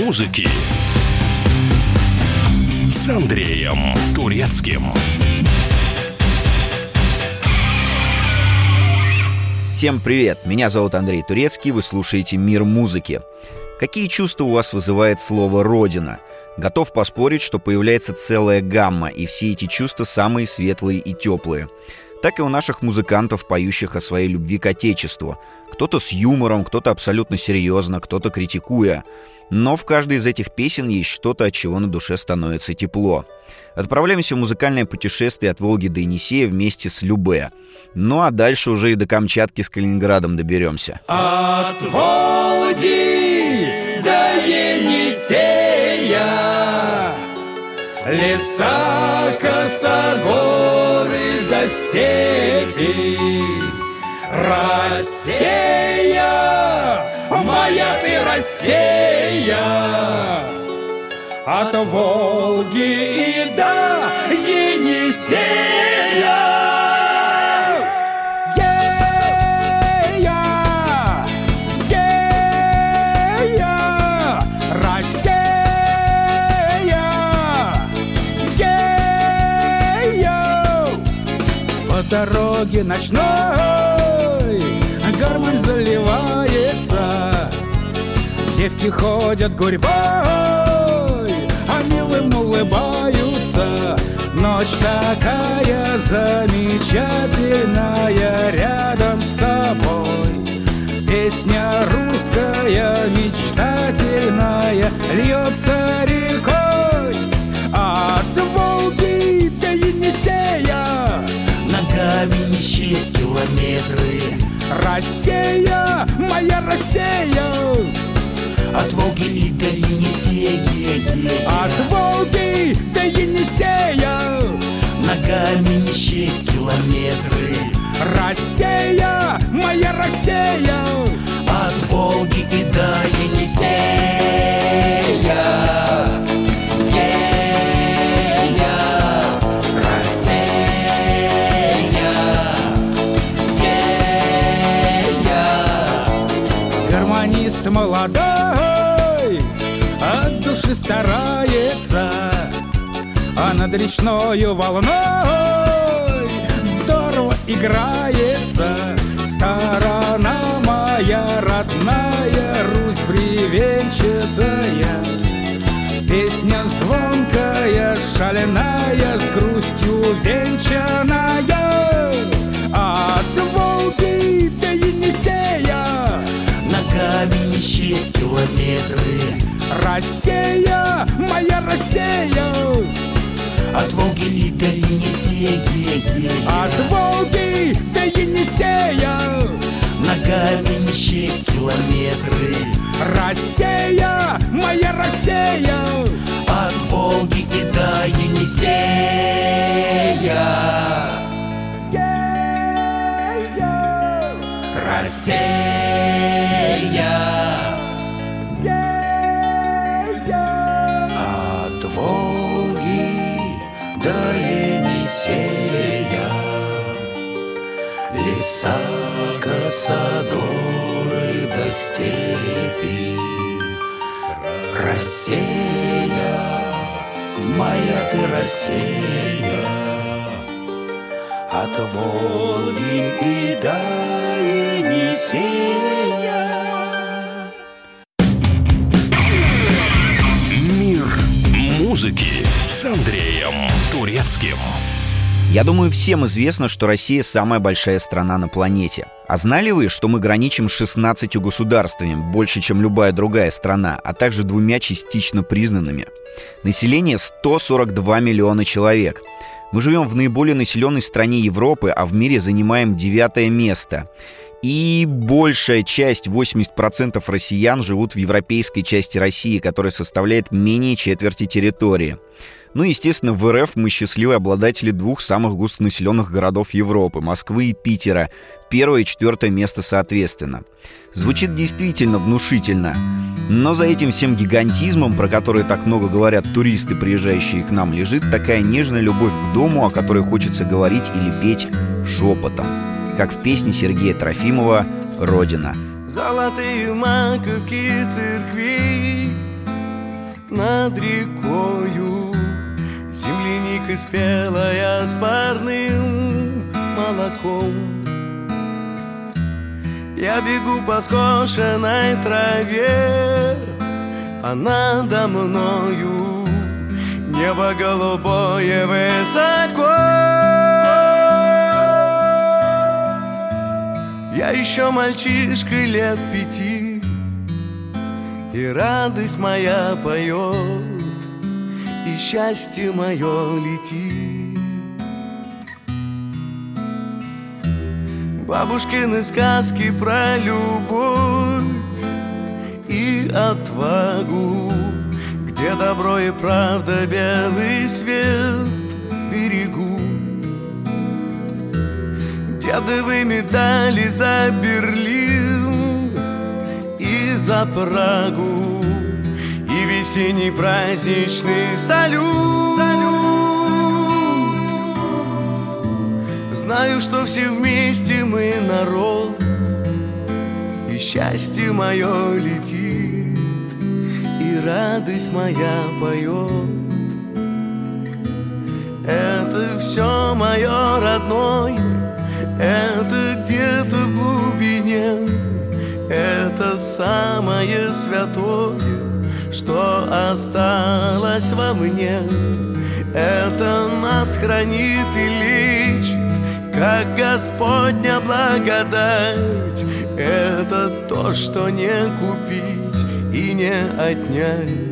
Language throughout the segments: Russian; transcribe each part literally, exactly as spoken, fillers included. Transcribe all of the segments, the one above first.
музыки с Андреем Турецким. Всем привет! Меня зовут Андрей Турецкий, вы слушаете «Мир музыки». Какие чувства у вас вызывает слово «Родина»? Готов поспорить, что появляется целая гамма, и все эти чувства самые светлые и теплые. Так и у наших музыкантов, поющих о своей любви к Отечеству. Кто-то с юмором, кто-то абсолютно серьезно, кто-то критикуя. Но в каждой из этих песен есть что-то, от чего на душе становится тепло. Отправляемся в музыкальное путешествие от Волги до Енисея вместе с Любэ. Ну а дальше уже и до Камчатки с Калининградом доберемся. От Волги до Енисея, леса, косогоры до степи, Россия, моя ты Россия, от Волги и до Енисея. Дороги ночной гармонь заливается, девки ходят гурьбой, а милым улыбаются. Ночь такая замечательная рядом с тобой, песня русская мечтательная льется рекой. От Волги до Енисея ногами не счесть километры. Россия, моя Россия, от Волги и до Енисея. От Волги до Енисея ногами не счесть километры. Россия, моя Россия, от Волги и до Енисея. Молодой, от души старается, а над речною волной здорово играется. Сторона моя родная, Русь бревенчатая, песня звонкая, шаленая, с грустью венчаная. От Волги до Енисея ногами не счесть километры. Россия, моя Россия, от Волги и до Енисея. От Волги до Енисея ногами не счесть километры. Россия, моя Россия, от Волги и до Енисея. Россия, от Волги до Енисея, леса, косогоры до степи. Россия, моя ты Россия, от Волги и до Енисея. Мир музыки с Андреем Турецким. Я думаю, всем известно, что Россия самая большая страна на планете. А знали вы, что мы граничим с шестнадцатью государствами, больше, чем любая другая страна, а также двумя частично признанными? Население сто сорок два миллиона человек. Мы живем в наиболее населенной стране Европы, а в мире занимаем девятое место. И большая часть, восемьдесят процентов россиян, живут в европейской части России, которая составляет менее четверти территории. Ну, естественно, в РФ мы счастливые обладатели двух самых густонаселенных городов Европы – Москвы и Питера. Первое и четвертое место соответственно. Звучит действительно внушительно. Но за этим всем гигантизмом, про который так много говорят туристы, приезжающие к нам, лежит такая нежная любовь к дому, о которой хочется говорить или петь шепотом. Как в песне Сергея Трофимова «Родина». Золотые маковки церкви над рекою, земляника спелая с парным молоком. Я бегу по скошенной траве, а надо мною небо голубое высоко. Я еще мальчишка лет пяти, и радость моя поет, и счастье мое летит. Бабушкины сказки про любовь и отвагу, где добро и правда белый свет берегут. Дедовы медали за Берлин и за Прагу, и весенний праздничный салют. Знаю, что все вместе мы народ, и счастье мое летит, и радость моя поет. Это все мое родное, это где-то в глубине, это самое святое, что осталось во мне. Это нас хранит и лечит, как Господня благодать. Это то, что не купить и не отнять.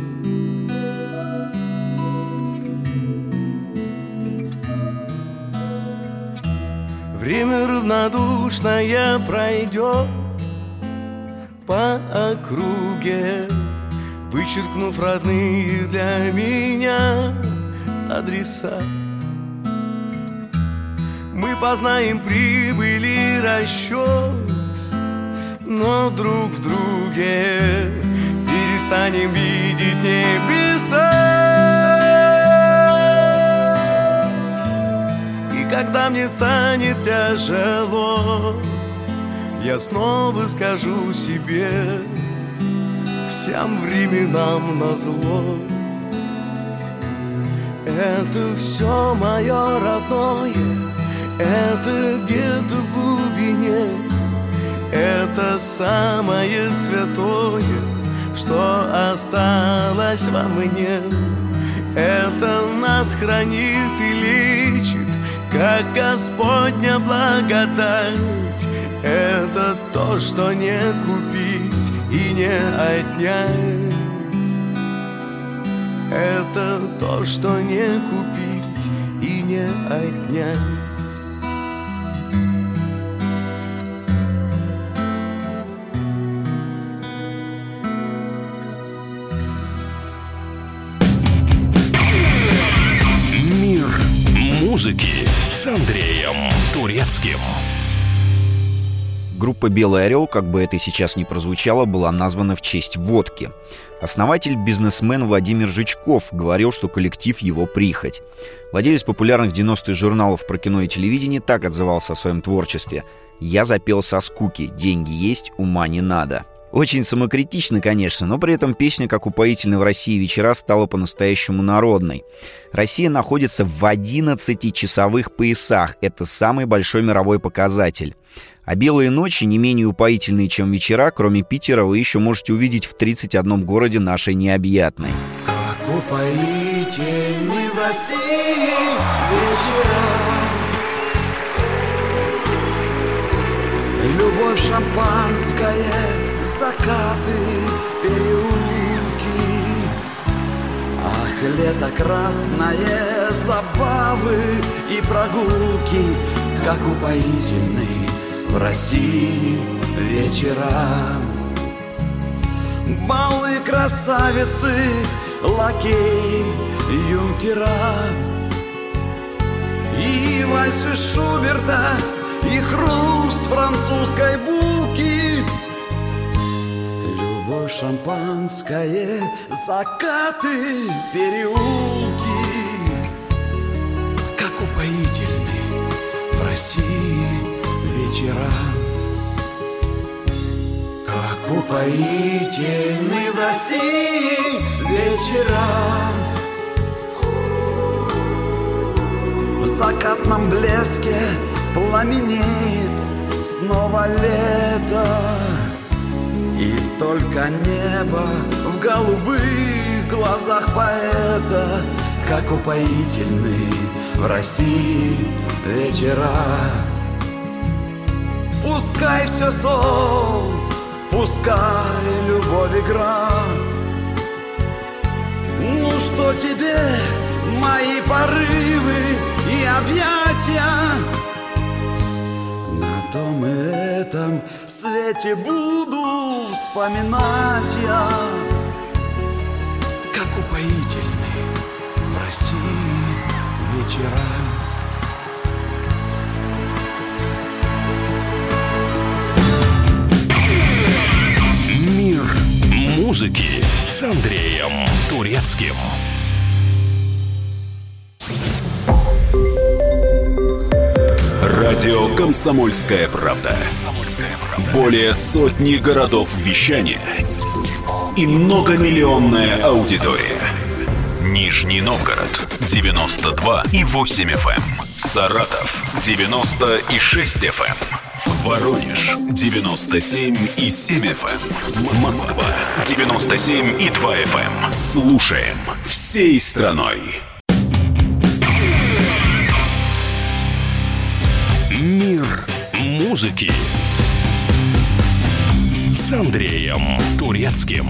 Время равнодушное пройдет по округе, вычеркнув родные для меня адреса. Мы познаем прибыль и расчет, но друг в друге перестанем видеть небеса. И когда мне станет тяжело, я снова скажу себе: всем временам назло. Это все мое родное, это где-то в глубине, это самое святое, что осталось во мне. Это нас хранит и лечит, как Господня благодать. Это то, что не купить и не отнять. Это то, что не купить и не отнять. Мир музыки с Андреем Турецким. Группа «Белый орел», как бы это сейчас ни прозвучало, была названа в честь водки. Основатель, бизнесмен Владимир Жичков говорил, что коллектив его прихоть. Владелец популярных в девяностые журналов про кино и телевидение так отзывался о своем творчестве: «Я запел со скуки, деньги есть, ума не надо». Очень самокритично, конечно, но при этом песня «Как упоительны в России вечера» стала по-настоящему народной. Россия находится в одиннадцати часовых поясах. Это самый большой мировой показатель. А белые ночи, не менее упоительные, чем вечера, кроме Питера, вы еще можете увидеть в тридцати одном городе нашей необъятной. Как упоительны в России вечера, любовь, шампанское, закаты, переулки. Ах, лето красное, забавы и прогулки. Как упоительны в России вечера. Балы, красавицы, лакеи, юнкера. И вальсы Шуберта, и хруст французской булки. Любовь, шампанское, закаты, переулки. Как упоительны в России вечера. Как упоительны в России вечера. В закатном блеске пламенеет снова лето. И только небо в голубых глазах поэта, как упоительны в России вечера. Пускай все сон, пускай любовь игра. Ну что тебе мои порывы и объятия? На том и этом свете буду вспоминать я, как упоительны в России вечера. Мир музыки с Андреем Турецким. Радио «Комсомольская правда». Более сотни городов вещания и многомиллионная аудитория. Нижний Новгород девяносто два и восемь эф эм, Саратов девяносто и шесть эф эм, Воронеж девяносто семь и семь эф эм, Москва девяносто семь и два эф эм. Слушаем всей страной. Мир музыки с Андреем Турецким.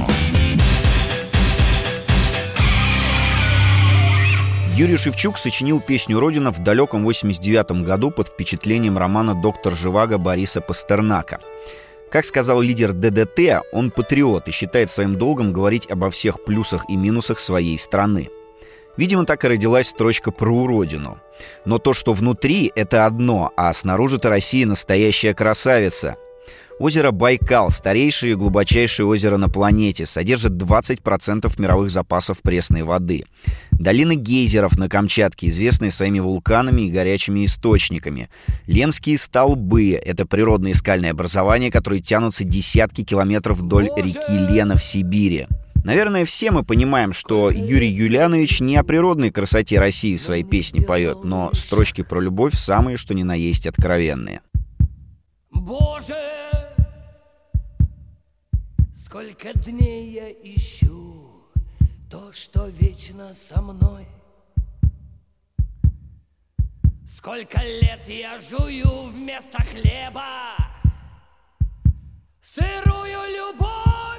Юрий Шевчук сочинил песню «Родина» в далеком восемьдесят девятом году под впечатлением романа «Доктор Живаго» Бориса Пастернака. Как сказал лидер дэ дэ тэ, он патриот и считает своим долгом говорить обо всех плюсах и минусах своей страны. Видимо, так и родилась строчка про уродину. Но то, что внутри, это одно, а снаружи-то Россия настоящая красавица. Озеро Байкал, старейшее и глубочайшее озеро на планете, содержит двадцать процентов мировых запасов пресной воды. Долины гейзеров на Камчатке, известные своими вулканами и горячими источниками. Ленские столбы — это природные скальные образования, которые тянутся десятки километров вдоль реки Лена в Сибири. Наверное, все мы понимаем, что Юрий Юлианович не о природной красоте России в своей песне поет, но строчки про любовь самые, что ни на есть, откровенные. Боже, сколько дней я ищу то, что вечно со мной. Сколько лет я жую вместо хлеба сырую любовь.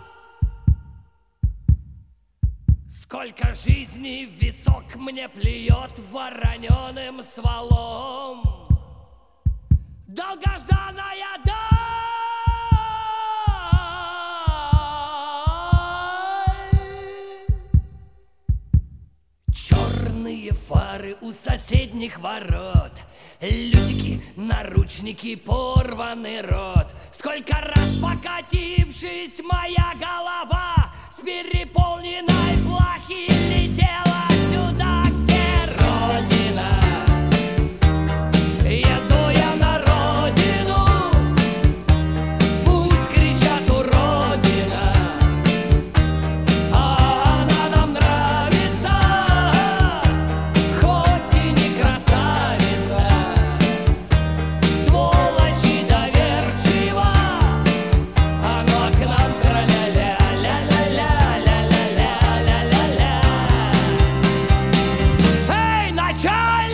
Сколько жизней в висок мне плюет вороненым стволом. Долгожданная даль. Черные фары у соседних ворот, людики, наручники, порванный рот. Сколько раз покатившись моя голова с переполненной плахи летела сюда, где Родина. Еду я на родину, пусть кричат уродина, а она нам нравится, хоть и не красавица. Сволочь и доверчива, оно к нам тра-ля-ля, ля-ля-ля, ля-ля-ля, ля-ля-ля. Эй, начальник!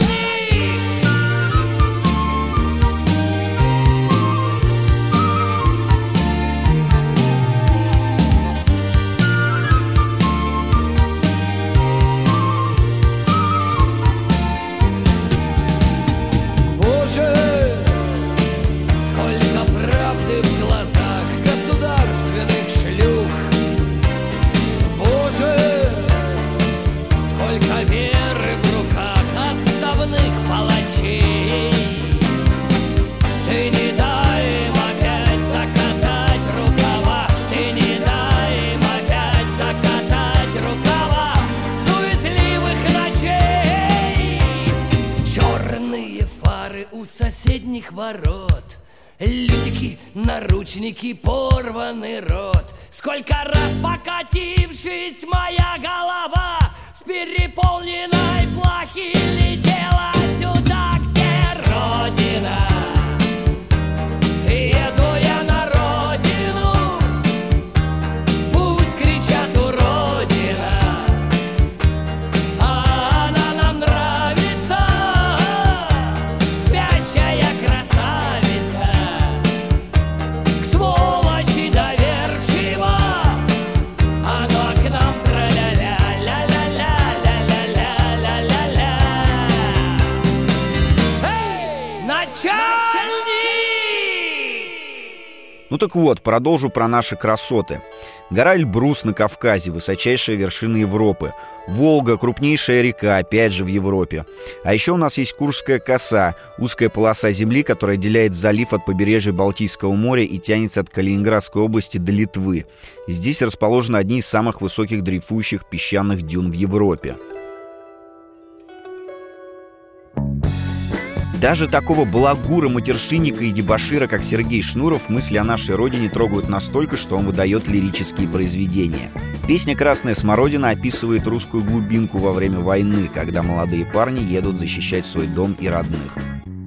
Боже, сколько правды в глазах государственных шлюх. Боже, сколько веры в руках отставных палачей. Ты не дай им опять закатать рукава, ты не дай им опять закатать рукава суетливых ночей. Черные фары у соседних ворот, людики, брюки, наручники, порванный рот. Сколько раз покатившись моя голова с переполненной плахи летела сюда, где Родина. Еду я на родину, пусть кричат уродина, а она нам нравится, спящая красавица. К сволочи доверчива, оно к нам тра-ля-ля, ля-ля-ля-ля-ля-ля-ля-ля-ля. Эй, начальник! Ну так вот, продолжу про наши красоты. Гора Эльбрус на Кавказе, высочайшая вершина Европы. Волга, крупнейшая река, опять же в Европе. А еще у нас есть Куршская коса, узкая полоса земли, которая отделяет залив от побережья Балтийского моря и тянется от Калининградской области до Литвы. Здесь расположены одни из самых высоких дрейфующих песчаных дюн в Европе. Даже такого балагура, матершинника и дебошира, как Сергей Шнуров, мысли о нашей родине трогают настолько, что он выдает лирические произведения. Песня «Красная смородина» описывает русскую глубинку во время войны, когда молодые парни едут защищать свой дом и родных.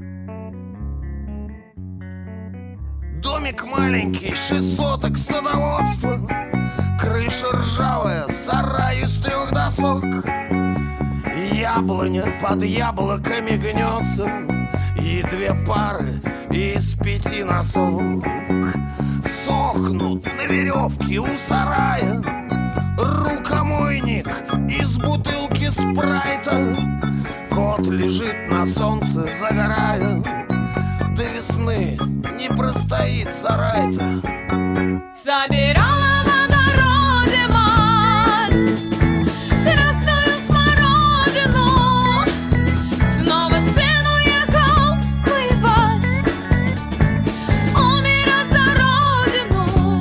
Домик маленький, шесть соток садоводства, крыша ржавая, сарай из трех досок. Яблоня под яблоками гнется, и две пары из пяти носок сохнут на веревке у сарая. Рукомойник из бутылки спрайта, кот лежит на солнце, загорая. До весны не простоит сарай-то. Собирала в огороде мать красную смородину, снова сын уехал воевать, умирать за родину.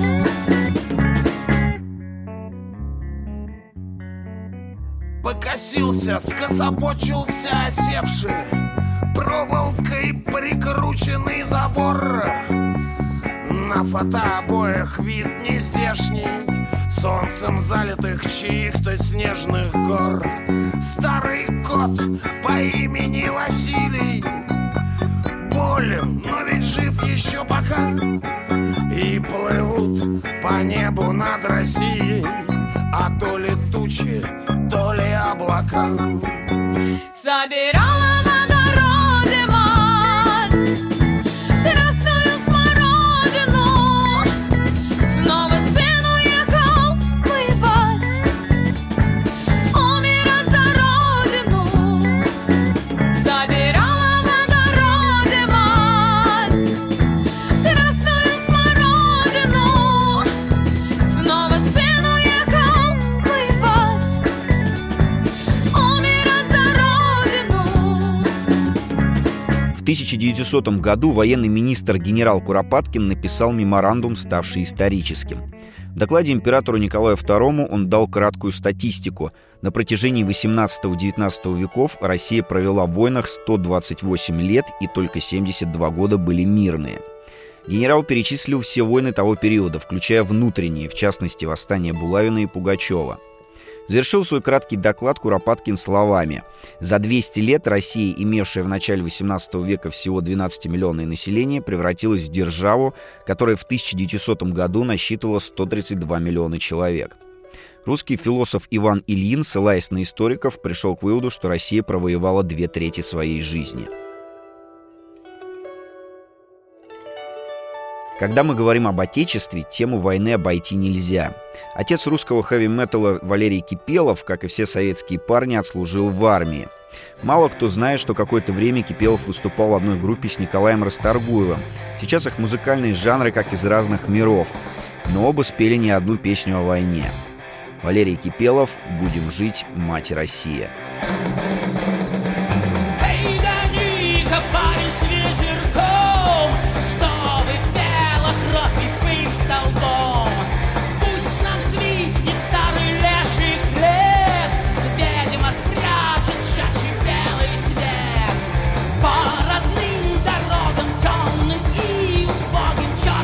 Покосился, скособочился осевший, проволокой прикрученный забор. На фотообоях вид нездешний, солнцем залитых чьих-то снежных гор. Старый кот по имени Василий болен, но ведь жив еще пока. И плывут по небу над Россией, а то ли тучи, то ли облака. Собирала в огороде мать красную смородину, снова сын уехал воевать, умирать за родину. Собирала в огороде мать красную смородину, снова сын уехал воевать, умирать за родину. В тысяча девятисотом году военный министр генерал Куропаткин написал меморандум, ставший историческим. В докладе императору Николаю второму он дал краткую статистику. На протяжении восемнадцатого-девятнадцатого веков Россия провела в войнах сто двадцать восемь лет, и только семьдесят два года были мирные. Генерал перечислил все войны того периода, включая внутренние, в частности, восстания Булавина и Пугачева. Завершил свой краткий доклад Куропаткин словами: «За двести лет Россия, имевшая в начале восемнадцатого века всего двенадцатимиллионное население, превратилась в державу, которая в тысяча девятисотом году насчитывала сто тридцать два миллиона человек». Русский философ Иван Ильин, ссылаясь на историков, пришел к выводу, что Россия провоевала две трети своей жизни. Когда мы говорим об Отечестве, тему войны обойти нельзя. Отец русского хэви-металла Валерий Кипелов, как и все советские парни, отслужил в армии. Мало кто знает, что какое-то время Кипелов выступал в одной группе с Николаем Расторгуевым. Сейчас их музыкальные жанры как из разных миров, но оба спели не одну песню о войне. Валерий Кипелов «Будем жить, мать Россия». По родным дорогам темным и убогим,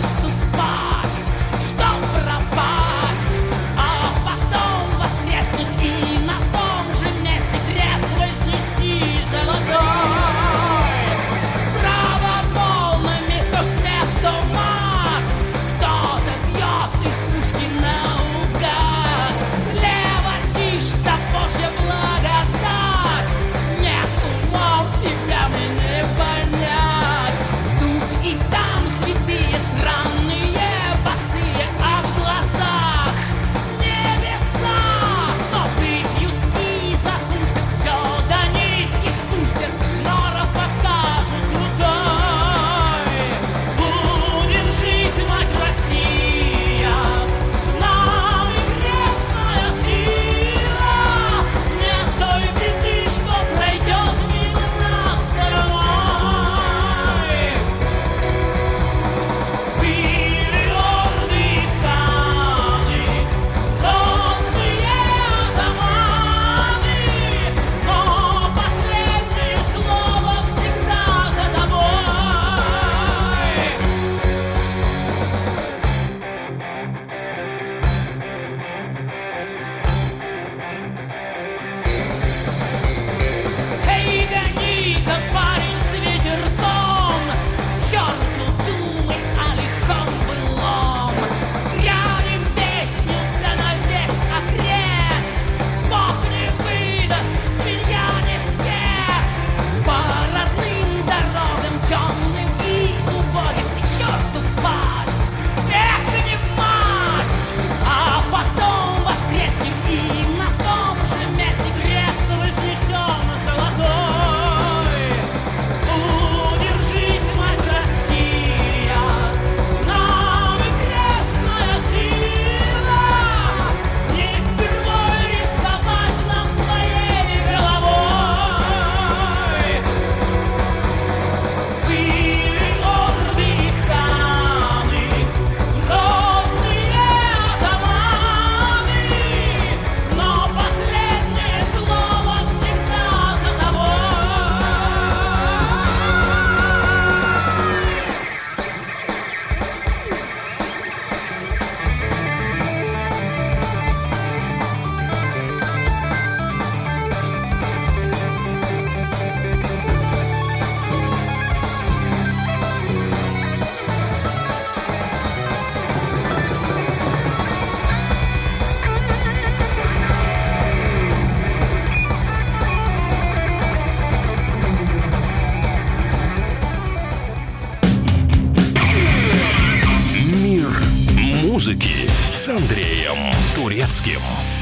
музыки с Андреем Турецким.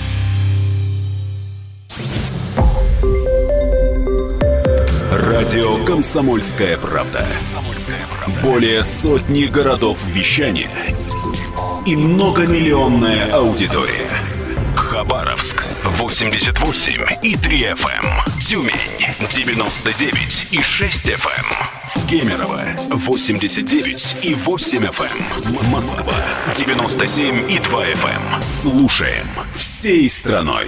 Радио «Комсомольская правда». Более сотни городов вещания и многомиллионная аудитория. Хабаровск восемьдесят восемь и три эф эм, Тюмень девяносто девять и шесть эф эм, Кемерово восемьдесят девять и восемь эф эм, Москва девяносто семь и два эф эм. Слушаем всей страной.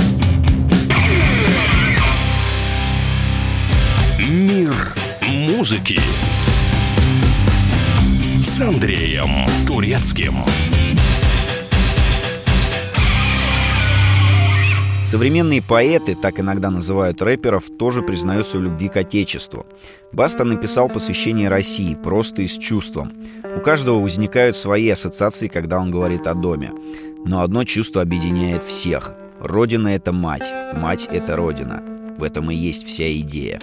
Мир музыки с Андреем Турецким. Современные поэты, так иногда называют рэперов, тоже признаются в любви к отечеству. Баста написал посвящение России, просто и с чувством. У каждого возникают свои ассоциации, когда он говорит о доме. Но одно чувство объединяет всех. Родина — это мать, мать — это родина. В этом и есть вся идея.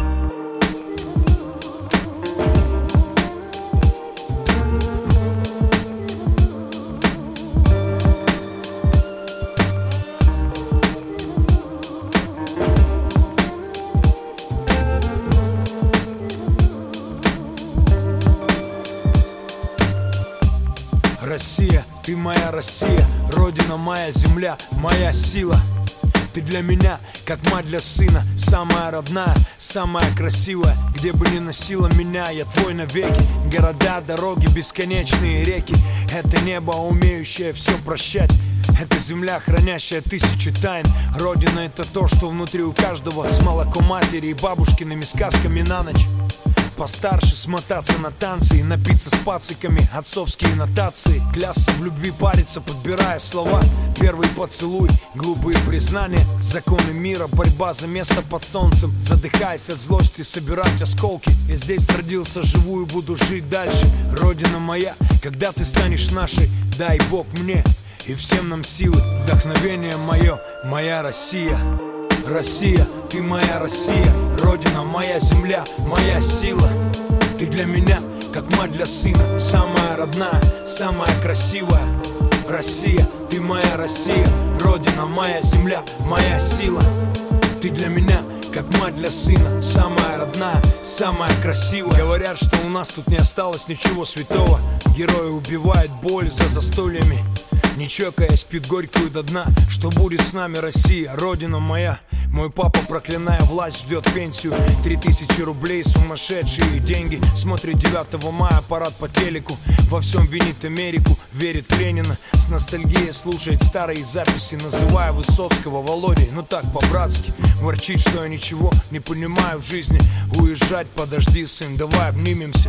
Россия, ты моя Россия, Родина моя, земля, моя сила. Ты для меня, как мать для сына, самая родная, самая красивая. Где бы ни носила меня, я твой навеки. Города, дороги, бесконечные реки. Это небо, умеющее все прощать. Это земля, хранящая тысячи тайн. Родина — это то, что внутри у каждого. С молоком матери и бабушкиными сказками на ночь. Постарше смотаться на танцы и напиться с пациками. Отцовские нотации, клясться в любви, париться, подбирая слова. Первый поцелуй, глупые признания. Законы мира, борьба за место под солнцем. Задыхаясь от злости, собирать осколки. Я здесь родился, живу и буду жить дальше. Родина моя, когда ты станешь нашей, дай Бог мне и всем нам силы. Вдохновение мое, моя Россия. Россия, ты моя Россия, Родина моя, земля, моя сила. Ты для меня, как мать для сына, самая родная, самая красивая. Россия, ты моя Россия, Родина моя, земля, моя сила. Ты для меня, как мать для сына, самая родная, самая красивая. Говорят, что у нас тут не осталось ничего святого. Герои убивают боль за застольями, не чокаясь, пьют горькую до дна. Что будет с нами, Россия, Родина моя? Мой папа, проклиная власть, ждет пенсию. Три тысячи рублей, сумасшедшие деньги. Смотрит девятого мая парад по телеку. Во всем винит Америку, верит в Ленина. С ностальгией слушает старые записи, называя Высоцкого Володей. Ну так, по-братски, ворчит, что я ничего не понимаю в жизни. Уезжать, подожди, сын, давай обнимемся.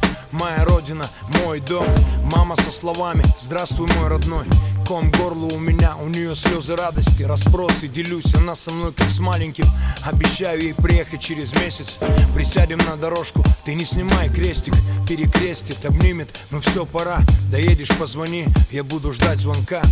Моя родина, мой дом. Мама со словами: здравствуй, мой родной. Ком горло у меня, у нее слезы радости, расспросы, делюсь, она со мной как с маленьким. Обещаю ей приехать через месяц. Присядем на дорожку, ты не снимай крестик. Перекрестит, обнимет, ну все, пора. Доедешь, позвони, я буду ждать звонка.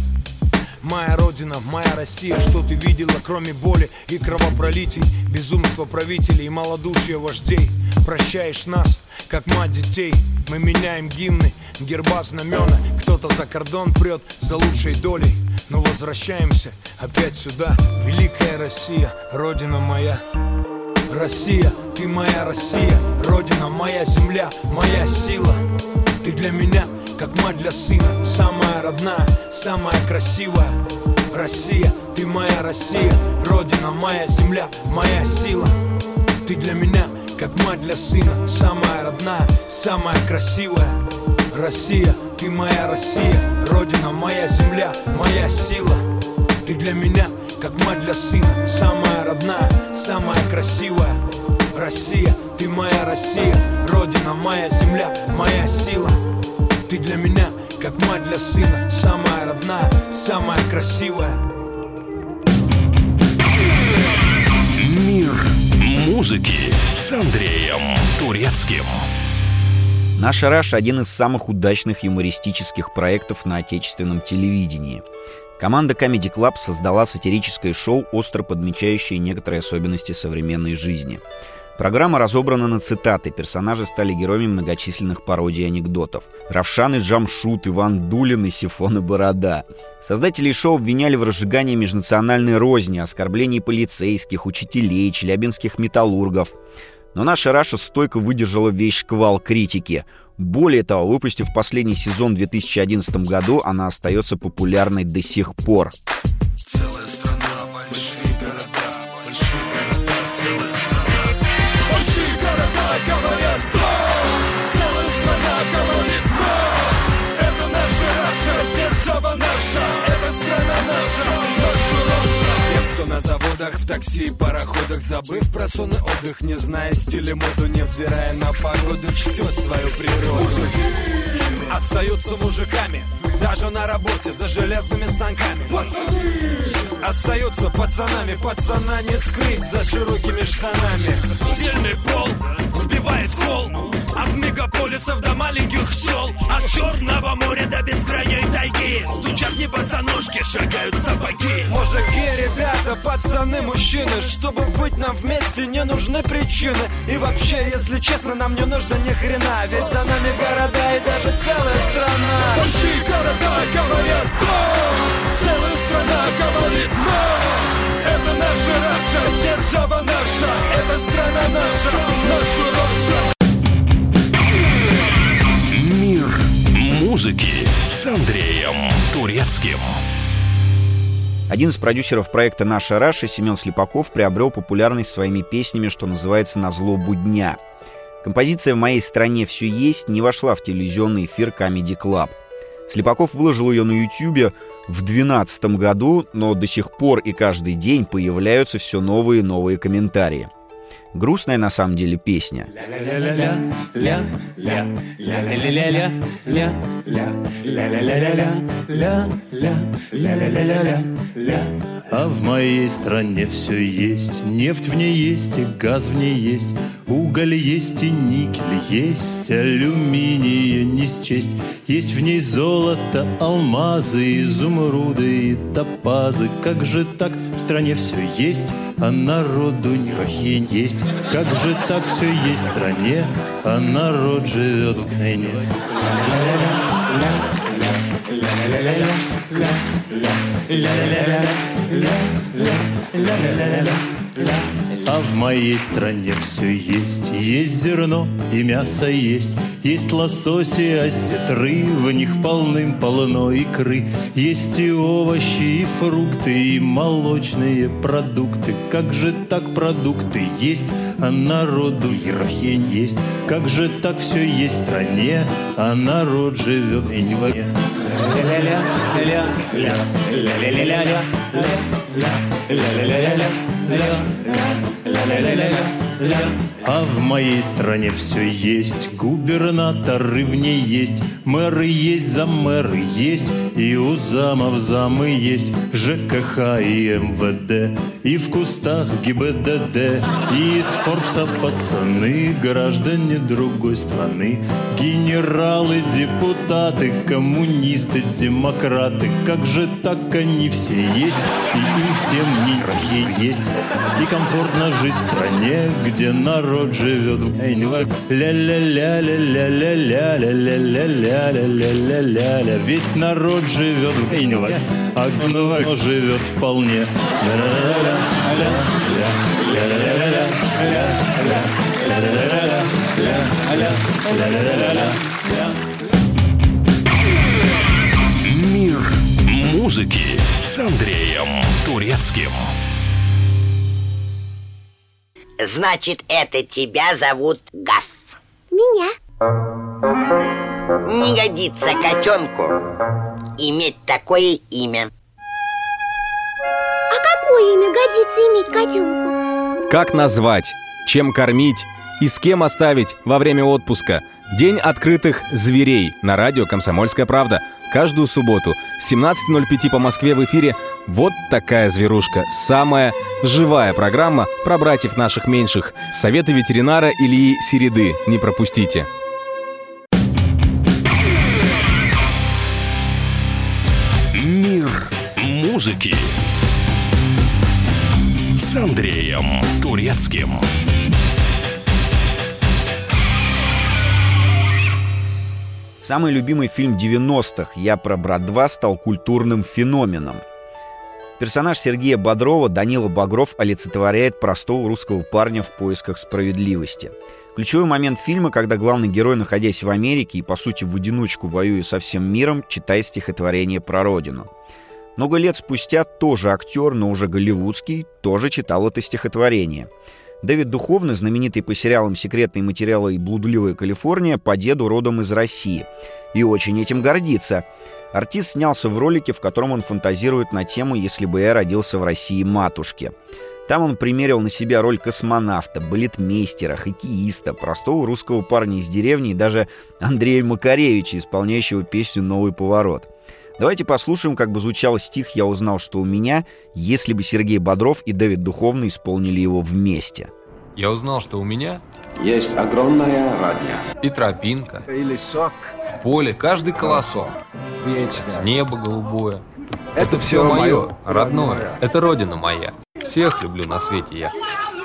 Моя родина, моя Россия, что ты видела, кроме боли и кровопролитий, безумства правителей и малодушия вождей? Прощаешь нас, как мать детей. Мы меняем гимны, герба, знамена. Кто-то за кордон прет за лучшей долей. Но возвращаемся опять сюда. Великая Россия, Родина моя. Россия, ты моя Россия, Родина моя, земля, моя сила. Ты для меня, как мать для сына, самая родная, самая красивая. Россия, ты моя Россия, Родина моя, земля, моя сила. Ты для меня, как мать для сына, самая родная, самая красивая. Россия, ты моя Россия, Родина моя, земля, моя сила. Ты для меня, как мать для сына, самая родная, самая красивая. Россия, ты моя Россия, Родина моя, земля, моя сила. Ты для меня, как мать для сына, самая родная, самая красивая. Мир музыки с Андреем Турецким. «Наша Раша» — один из самых удачных юмористических проектов на отечественном телевидении. Команда Comedy Club создала сатирическое шоу, остро подмечающее некоторые особенности современной жизни. Программа разобрана на цитаты, персонажи стали героями многочисленных пародий и анекдотов. Равшан и Джамшут, Иван Дулин и Сифон и Борода. Создателей шоу обвиняли в разжигании межнациональной розни, оскорблении полицейских, учителей, челябинских металлургов. Но наша Раша стойко выдержала весь шквал критики. Более того, выпустив последний сезон в две тысячи одиннадцатом году, она остается популярной до сих пор. В такси и пароходах, забыв про сон и отдых, не зная стиля моду, невзирая на погоду, чтет свою природу. Мужики остаются мужиками, даже на работе за железными станками. Пацаны остаются пацанами, пацана не скрыть за широкими штанами. Сильный пол вбивает кол, а в мегаполисах до маленьких сел, от Черного моря до бескрайней тайги стучат не босоножки, шагают сапоги. Мужики, ребята, пацаны, мужчины, чтобы быть нам вместе, не нужны причины. И вообще, если честно, нам не нужно ни хрена, ведь за нами города и даже целая страна. Большие города говорят «но», целая страна говорит «но». Это наша Раша, держава наша, это страна наша, наша Раша. Мир музыки с Андреем Турецким. Один из продюсеров проекта «Наша Раша», Семен Слепаков, приобрел популярность своими песнями, что называется, «На злобу дня». Композиция «В моей стране все есть» не вошла в телевизионный эфир Comedy Club. Слепаков выложил ее на Ютьюбе в две тысячи двенадцатом году, но до сих пор и каждый день появляются все новые и новые комментарии. Грустная на самом деле песня. А в моей стране все есть, нефть в ней есть и газ в ней есть, уголь есть и никель есть, алюминия не счесть. Есть в ней золото, алмазы, изумруды и топазы. Как же так, в стране все есть, а народу ни хрень есть. Как же так, все есть в стране, а народ живет в гне. А в моей стране все есть. Есть зерно и мясо есть. Есть лосось и осетры, в них полным-полно икры. Есть и овощи, и фрукты, и молочные продукты. Как же так продукты есть, а народу ерохень есть. Как же так все есть в стране, а народ живет в гне. А в моей стране все есть, губернаторы в ней есть, мэры есть, замэры есть, и у замов замы есть, ЖКХ и МВД, и в кустах ГИБДД, и из Форбса пацаны, граждане другой страны, генералы, депутаты, коммунисты, демократы. Как же так они все есть, и им всем ни крахи есть, и комфортно жить в стране, где народ живет в гне. Ля-ля-ля-ля-ля-ля-ля-ля-ля-ля-ля-ля-ля-ля. Весь народ живет в гне, а гне живет вполне. Мир музыки с Андреем Турецким. Значит, это тебя зовут Гав? Меня. Не годится котенку иметь такое имя. А какое имя годится иметь котенку? Как назвать, чем кормить и с кем оставить во время отпуска? День открытых зверей на радио «Комсомольская правда». Каждую субботу с семнадцати ноль пять по Москве в эфире «Вот такая зверушка». Самая живая программа про братьев наших меньших. Советы ветеринара Ильи Середы. Не пропустите. Мир музыки с Андреем Турецким. Самый любимый фильм девяностых «Я про брат два» стал культурным феноменом. Персонаж Сергея Бодрова Данила Багров олицетворяет простого русского парня в поисках справедливости. Ключевой момент фильма, когда главный герой, находясь в Америке и, по сути, в одиночку воюя со всем миром, читает стихотворение про родину. Много лет спустя тоже актер, но уже голливудский, тоже читал это стихотворение. Дэвид Духовный, знаменитый по сериалам «Секретные материалы» и «Блудливая Калифорния», по деду родом из России. И очень этим гордится. Артист снялся в ролике, в котором он фантазирует на тему «Если бы я родился в России матушке». Там он примерил на себя роль космонавта, балетмейстера, хоккеиста, простого русского парня из деревни и даже Андрея Макаревича, исполняющего песню «Новый поворот». Давайте послушаем, как бы звучал стих «Я узнал, что у меня», если бы Сергей Бодров и Дэвид Духовный исполнили его вместе. Я узнал, что у меня есть огромная родня. И тропинка, и лесок. В поле каждый колосок. Вечер. Небо голубое. Это, Это все мое, родное. Это родина моя. Всех люблю на свете я.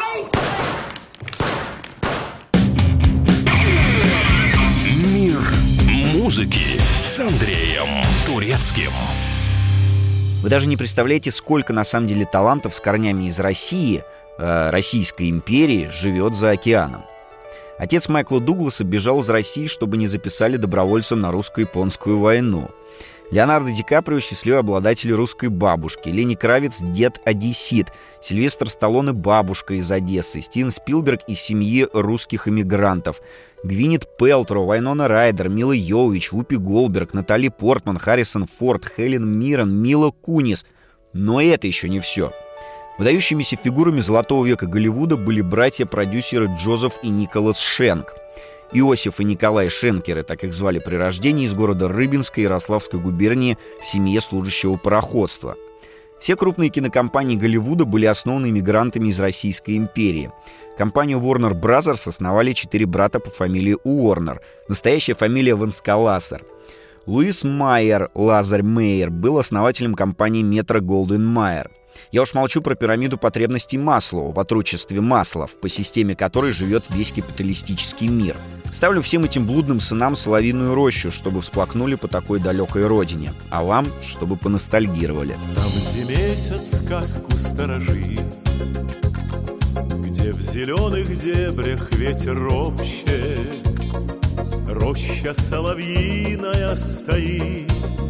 Мир музыки с Андреем Турецким. Вы даже не представляете, сколько на самом деле талантов с корнями из России, э, Российской империи, живет за океаном. Отец Майкла Дугласа бежал из России, чтобы не записали добровольцем на русско-японскую войну. Леонардо Ди Каприо — счастливый обладатель русской бабушки. Лени Кравец — дед-одессит. Сильвестр Сталлоне — бабушка из Одессы. Стивен Спилберг — из семьи русских эмигрантов. Гвинет Пэлтроу, Вайнона Райдер, Мила Йовович, Вупи Голдберг, Натали Портман, Харрисон Форд, Хелен Миррен, Мила Кунис. Но это еще не все. Выдающимися фигурами золотого века Голливуда были братья-продюсеры Джозеф и Николас Шенк. Иосиф и Николай Шенкеры, так их звали при рождении, из города Рыбинска Ярославской губернии в семье служащего пароходства. Все крупные кинокомпании Голливуда были основаны иммигрантами из Российской империи. Компанию Warner Brothers основали четыре брата по фамилии Уорнер. Настоящая фамилия Ванскалассер. Луис Майер Лазарь Мейер был основателем компании Метро Голдвин Майер. Я уж молчу про пирамиду потребностей Маслоу в отрочестве Маслов, по системе которой живет весь капиталистический мир. Ставлю всем этим блудным сынам соловьиную рощу, чтобы всплакнули по такой далекой родине, а вам, чтобы поностальгировали. Там, где месяц сказку сторожит, где в зеленых дебрях ветер ропщет, роща соловьиная стоит,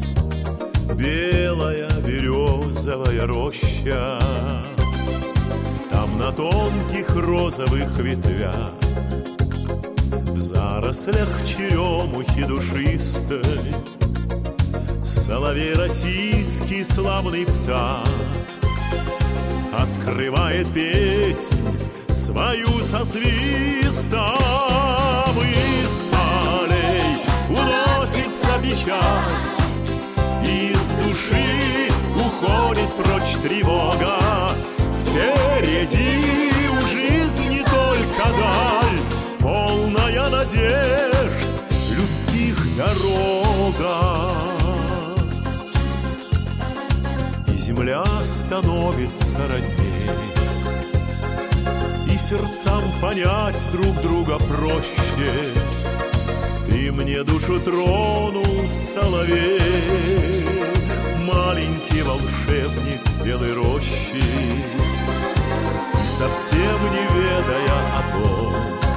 белая березовая роща. Там на тонких розовых ветвях, в зарослях черемухи душистой, соловей российский славный птах открывает песнь свою со свистом. Из полей уносится печаль, из души уходит прочь тревога. Впереди у жизни только даль, полная надежд людских дорога. И земля становится родней, и сердцам понять друг друга проще. Ты мне душу тронул, соловей, маленький волшебник белой рощи. И совсем не ведая о том,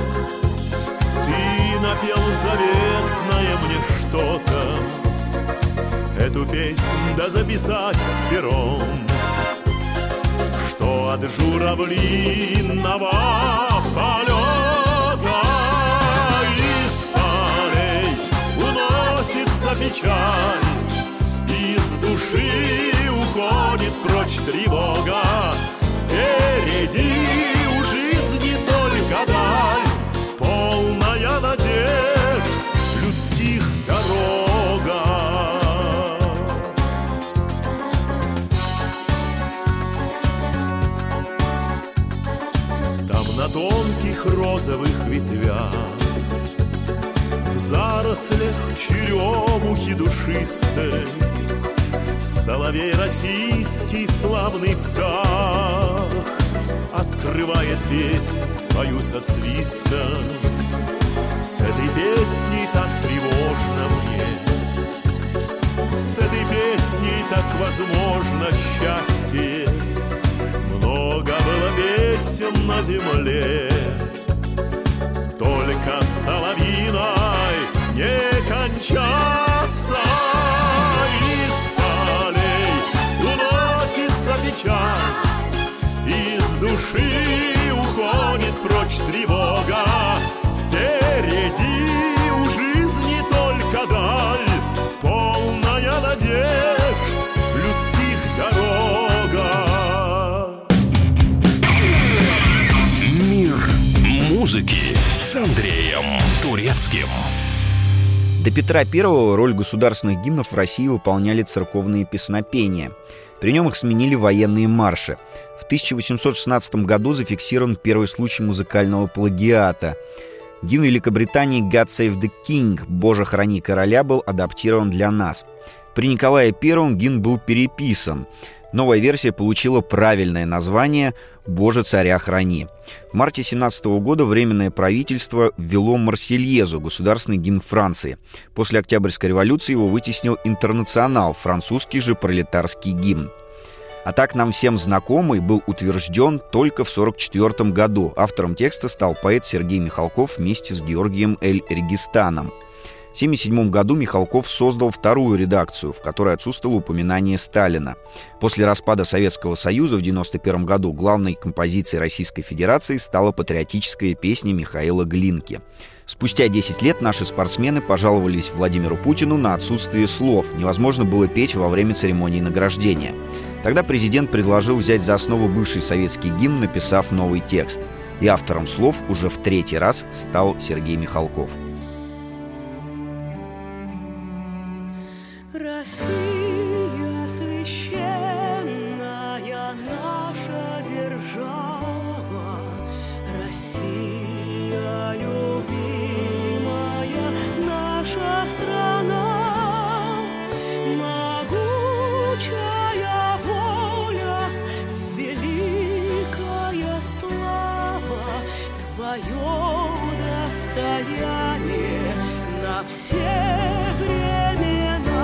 ты напел заветное мне что-то. Эту песнь да записать с пером, что от журавлиного полета печаль, из души уходит прочь тревога. Впереди у жизни только даль, полная надежд людских дорога. Там на тонких розовых ветвях, в зарослях черемухи душистой, соловей российский славный птах открывает песнь свою со свистом. С этой песней так тревожно мне С этой песней так возможно счастье. Много было песен на земле, только соловьиной не кончаться. Из полей уносится печаль, из души уходит прочь тревога. Впереди у жизни только даль, полная надежд в людских дорогах. Мир музыки с Андреем Турецким. До Петра Первого роль государственных гимнов в России выполняли церковные песнопения. При нем их сменили военные марши. В тысяча восемьсот шестнадцатом году зафиксирован первый случай музыкального плагиата. Гимн Великобритании «God Save the King» «Боже, храни короля» был адаптирован для нас. При Николае Первом гимн был переписан. Новая версия получила правильное название «Боже, царя храни». В марте семнадцатого года Временное правительство ввело «Марсельезу», государственный гимн Франции. После Октябрьской революции его вытеснил «Интернационал», французский же пролетарский гимн. А так нам всем знакомый был утвержден только в сорок четвёртом году. Автором текста стал поэт Сергей Михалков вместе с Георгием Эль-Регистаном. В семьдесят седьмом году Михалков создал вторую редакцию, в которой отсутствовало упоминание Сталина. После распада Советского Союза в девяносто первом году главной композицией Российской Федерации стала патриотическая песня Михаила Глинки. Спустя десять лет наши спортсмены пожаловались Владимиру Путину на отсутствие слов. Невозможно было петь во время церемонии награждения. Тогда президент предложил взять за основу бывший советский гимн, написав новый текст. И автором слов уже в третий раз стал Сергей Михалков. Россия священная наша держава, Россия любимая наша страна, могучая воля, великая слава, твое достояние на все времена.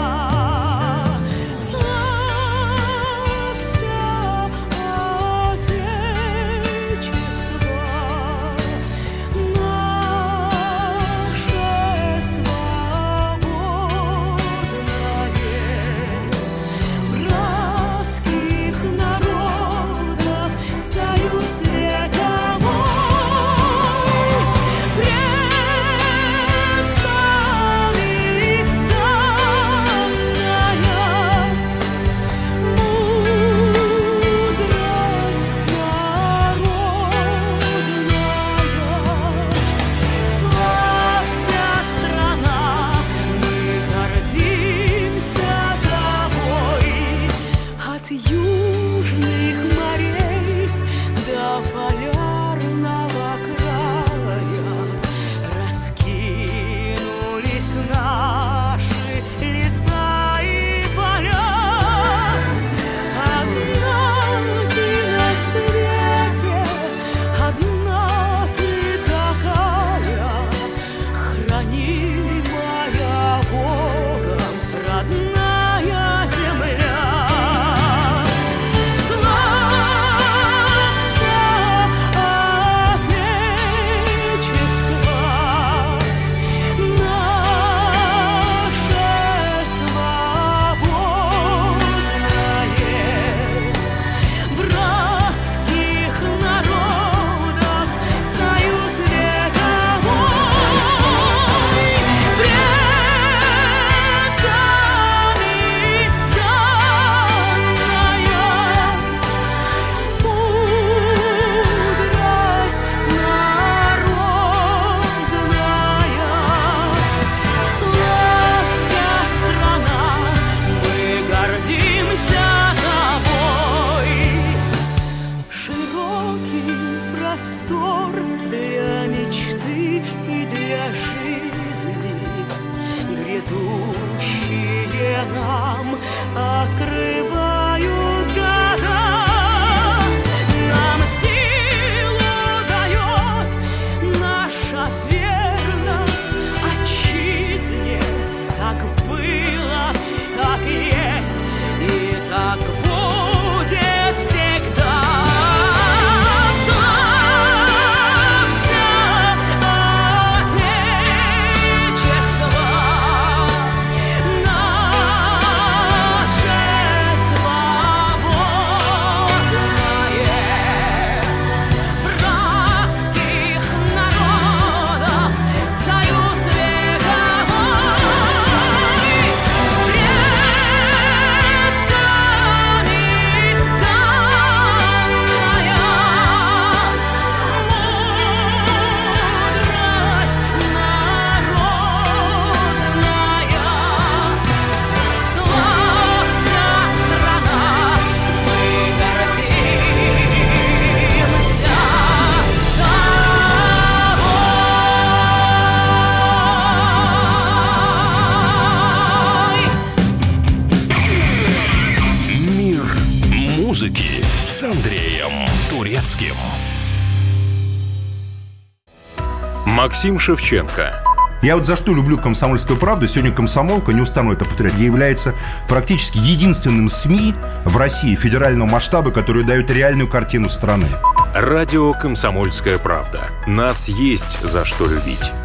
Так музыки с Андреем Турецким. Максим Шевченко. Я вот за что люблю «Комсомольскую правду». Сегодня «Комсомолка», не устану это повторять, является практически единственным СМИ в России федерального масштаба, который дает реальную картину страны. Радио «Комсомольская правда». Нас есть за что любить.